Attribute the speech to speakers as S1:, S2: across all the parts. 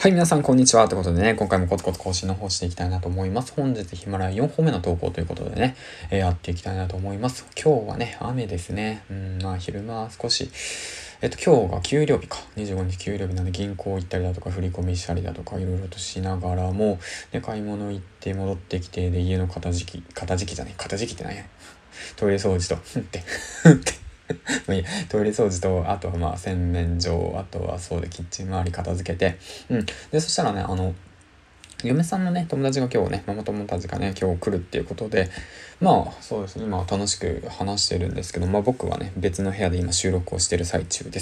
S1: はい、皆さん、こんにちは。ということでね、今回もコツコツ更新の方していきたいなと思います。本日、ヒマラヤ4本目の投稿ということでね、やっていきたいなと思います。今日はね、雨ですね。昼間少し、今日が給料日か。25日給料日なんで、銀行行ったりだとか、振り込みしたりだとか、いろいろとしながらも、で、買い物行って戻ってきて、で、家の片付きって何やトイレ掃除と、まあいいやトイレ掃除と、あとは洗面所、あとはそうでキッチン周り片付けて、で、そしたらね、嫁さんのね、友達が今日ね、ママ友達がね、今日来るっていうことで、そうですね、今は楽しく話してるんですけど、僕はね、別の部屋で今収録をしてる最中です。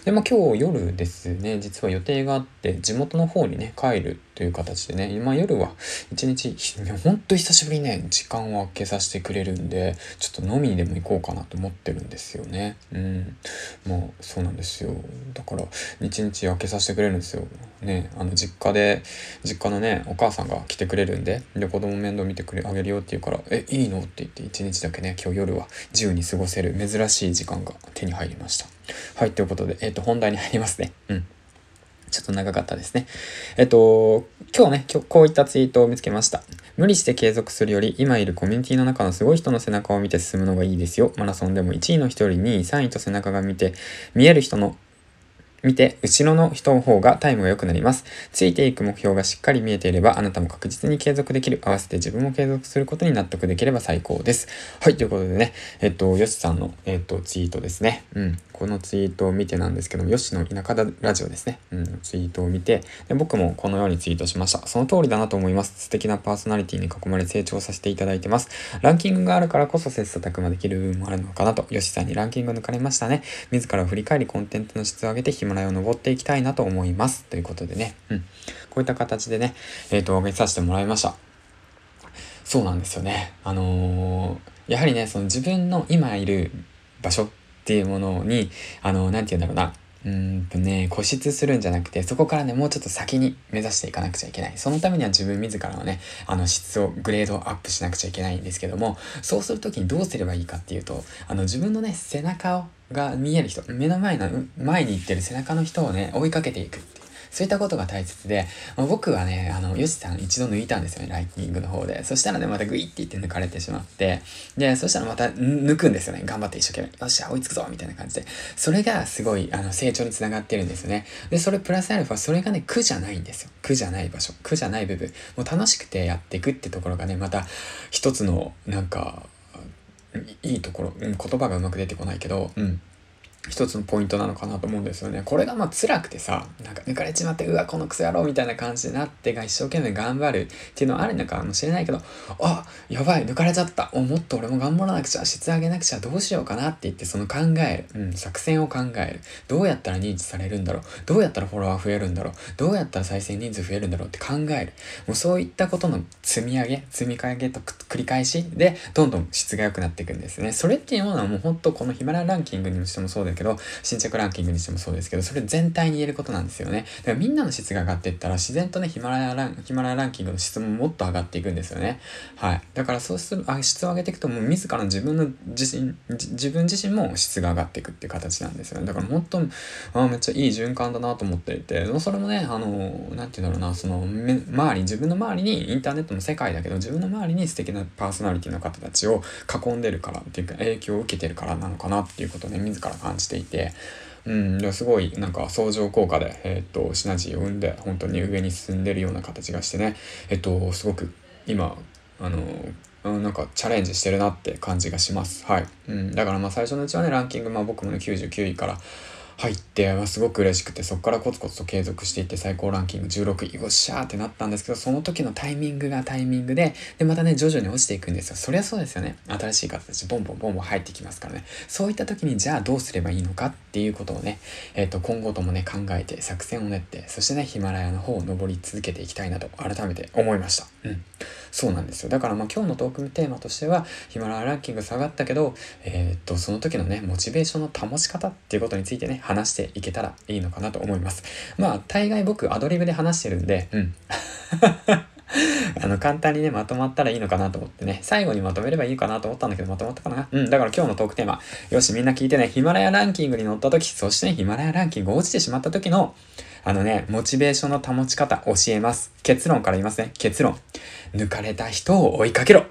S1: で、今日夜ですね、実は予定があって、地元の方にね、帰るという形でね、今夜は一日、ほんと久しぶりにね、時間を空けさせてくれるんで、ちょっと飲みにでも行こうかなと思ってるんですよね。そうなんですよ。だから、一日空けさせてくれるんですよ。ね、実家のね、お母さんが来てくれるんで、子供面倒見てあげるよって言うから、いいのって言って一日だけね、今日夜は自由に過ごせる珍しい時間が手に入りました。はい、ということで、本題に入りますね。ちょっと長かったですね。今日こういったツイートを見つけました。無理して継続するより、今いるコミュニティの中のすごい人の背中を見て進むのがいいですよ。マラソンでも1位の人より2位、3位と背中が見える人の見て、後ろの人の方がタイムが良くなります。ついていく目標がしっかり見えていれば、あなたも確実に継続できる。合わせて自分も継続することに納得できれば最高です。はい、ということでね、よしさんの、ツイートですね。このツイートを見てなんですけども、よしの田舎ラジオですね。ツイートを見てで、僕もこのようにツイートしました。その通りだなと思います。素敵なパーソナリティに囲まれ成長させていただいてます。ランキングがあるからこそ切磋琢磨できる部分もあるのかなと、よしさんにランキング抜かれましたね。自らを振り返りコンテンツの質を上げてヒマラヤを登っていきたいなと思います。ということでね、こういった形でね、上げさせてもらいました。そうなんですよね。やはりね、その自分の今いる場所っていうものに、なんて言うんだろうな。固執するんじゃなくて、そこからね、もうちょっと先に目指していかなくちゃいけない。そのためには自分自らのね、グレードをアップしなくちゃいけないんですけども、そうするときにどうすればいいかっていうと、自分のね、背中が見える人、目の前に行ってる背中の人をね、追いかけていくっていう。そういったことが大切で、僕はね、ヨシさん一度抜いたんですよね、ライティングの方で。そしたらね、またグイって言って抜かれてしまって、で、そしたらまた抜くんですよね。頑張って一生懸命。よっしゃ、追いつくぞみたいな感じで。それがすごい、成長につながってるんですよね。で、それプラスアルファ、それがね、苦じゃないんですよ。苦じゃない場所。苦じゃない部分。もう楽しくてやっていくってところがね、また一つの、いいところ、言葉がうまく出てこないけど、一つのポイントなのかなと思うんですよね。これが辛くてさ、抜かれちまって、うわ、このクソ野郎みたいな感じになってが一生懸命頑張るっていうのはあるのかもしれないけど、やばい、抜かれちゃった。もっと俺も頑張らなくちゃ、質上げなくちゃ、どうしようかなって言ってその考える。作戦を考える。どうやったら認知されるんだろう。どうやったらフォロワー増えるんだろう。どうやったら再生人数増えるんだろうって考える。もうそういったことの積み上げと繰り返しで、どんどん質が良くなっていくんですね。それっていうものはもう本当このヒマラヤランキングにしてもそうだけど、新着ランキングにしてもそうですけど、それ全体に言えることなんですよね。だからみんなの質が上がっていったら、自然とね、ヒマラヤランキングの質ももっと上がっていくんですよね。はい。だからそうする、質を上げていくと、もう自らの自分自身も質が上がっていくっていう形なんですよね。だから本当、めっちゃいい循環だなと思っていて、それもね、なんていうんだろうな、自分の周りに、インターネットの世界だけど、自分の周りに素敵なパーソナリティの方たちを囲んでるからっていうか、影響を受けてるからなのかなっていうことをね、自ら感じていて、すごい相乗効果で、シナジーを生んで本当に上に進んでるような形がしてね、すごく今チャレンジしてるなって感じがします。はい。だから最初のうちはね、ランキング僕もね99位から入って、すごく嬉しくて、そこからコツコツと継続していって最高ランキング16位、よっしゃーってなったんですけど、その時のタイミングがタイミングで、またね、徐々に落ちていくんですよ。そりゃそうですよね。新しい方たち、ボンボン入ってきますからね。そういった時に、じゃあどうすればいいのかっていうことをね、今後ともね、考えて、作戦を練って、そしてね、ヒマラヤの方を登り続けていきたいなと、改めて思いました。そうなんですよ。だから今日のトークテーマとしては、ヒマラヤランキング下がったけど、その時のね、モチベーションの保ち方っていうことについてね、話していけたらいいのかなと思います。大概僕アドリブで話してるんで、簡単にね、まとまったらいいのかなと思ってね、最後にまとめればいいかなと思ったんだけど、まとまったかな。だから今日のトークテーマ、よし、みんな聞いてね、ヒマラヤランキングに乗った時、そしてね、ヒマラヤランキング落ちてしまった時の、 モチベーションの保ち方教えます。結論から言いますね。結論。抜かれた人を追いかけろ。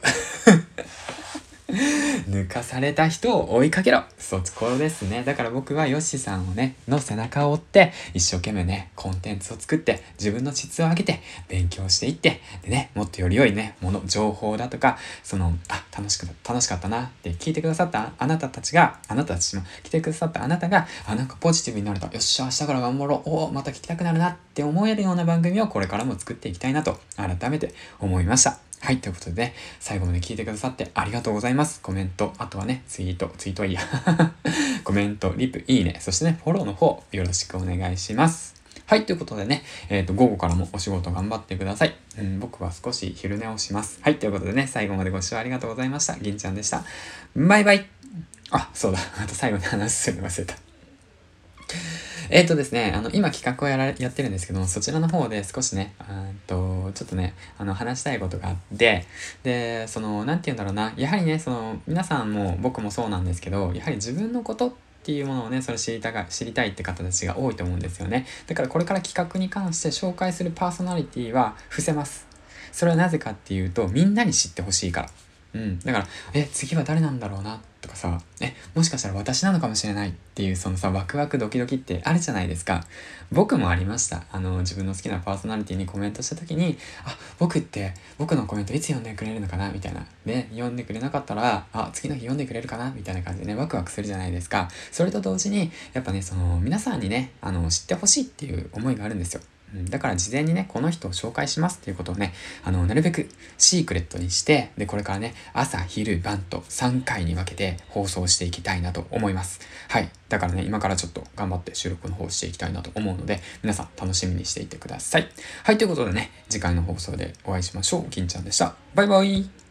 S1: 抜かされた人を追いかけろ。そう、これですね。だから僕はヨッシーさんをね、の背中を追って、一生懸命ね、コンテンツを作って、自分の質を上げて、勉強していって、でね、もっとより良いね、情報だとか、楽しかったなって聞いてくださったあなたたちも来てくださったあなたが、なんかポジティブになれた。よっしゃ、明日から頑張ろう。また聞きたくなるなって思えるような番組をこれからも作っていきたいなと、改めて思いました。はい、ということでね、最後まで聞いてくださってありがとうございます。コメント、あとはね、ツイートはいいや。コメント、リプ、いいね、そしてね、フォローの方、よろしくお願いします。はい、ということでね、午後からもお仕事頑張ってください。僕は少し昼寝をします。はい、ということでね、最後までご視聴ありがとうございました。銀ちゃんでした。バイバイ。あ、そうだ。あと最後に話すの忘れた。ですね、今企画をやってるんですけども、そちらの方で少しね、ちょっとね、話したいことがあって、で、なんて言うんだろうな、やはりね、皆さんも僕もそうなんですけど、やはり自分のことっていうものをね、それ知りたいって方たちが多いと思うんですよね。だからこれから企画に関して紹介するパーソナリティは伏せます。それはなぜかっていうと、みんなに知ってほしいから。だから、次は誰なんだろうなとかさ、もしかしたら私なのかもしれないっていうワクワクドキドキってあるじゃないですか。僕もありました。自分の好きなパーソナリティにコメントした時に、僕のコメントいつ読んでくれるのかなみたいな。で、読んでくれなかったら、次の日読んでくれるかなみたいな感じでね、ワクワクするじゃないですか。それと同時に、やっぱね、皆さんにね、知ってほしいっていう思いがあるんですよ。だから事前にね、この人を紹介しますっていうことをね、なるべくシークレットにして、で、これからね、朝、昼、晩と3回に分けて放送していきたいなと思います。はい。だからね、今からちょっと頑張って収録の方していきたいなと思うので、皆さん楽しみにしていてください。はい。ということでね、次回の放送でお会いしましょう。金ちゃんでした。バイバイ。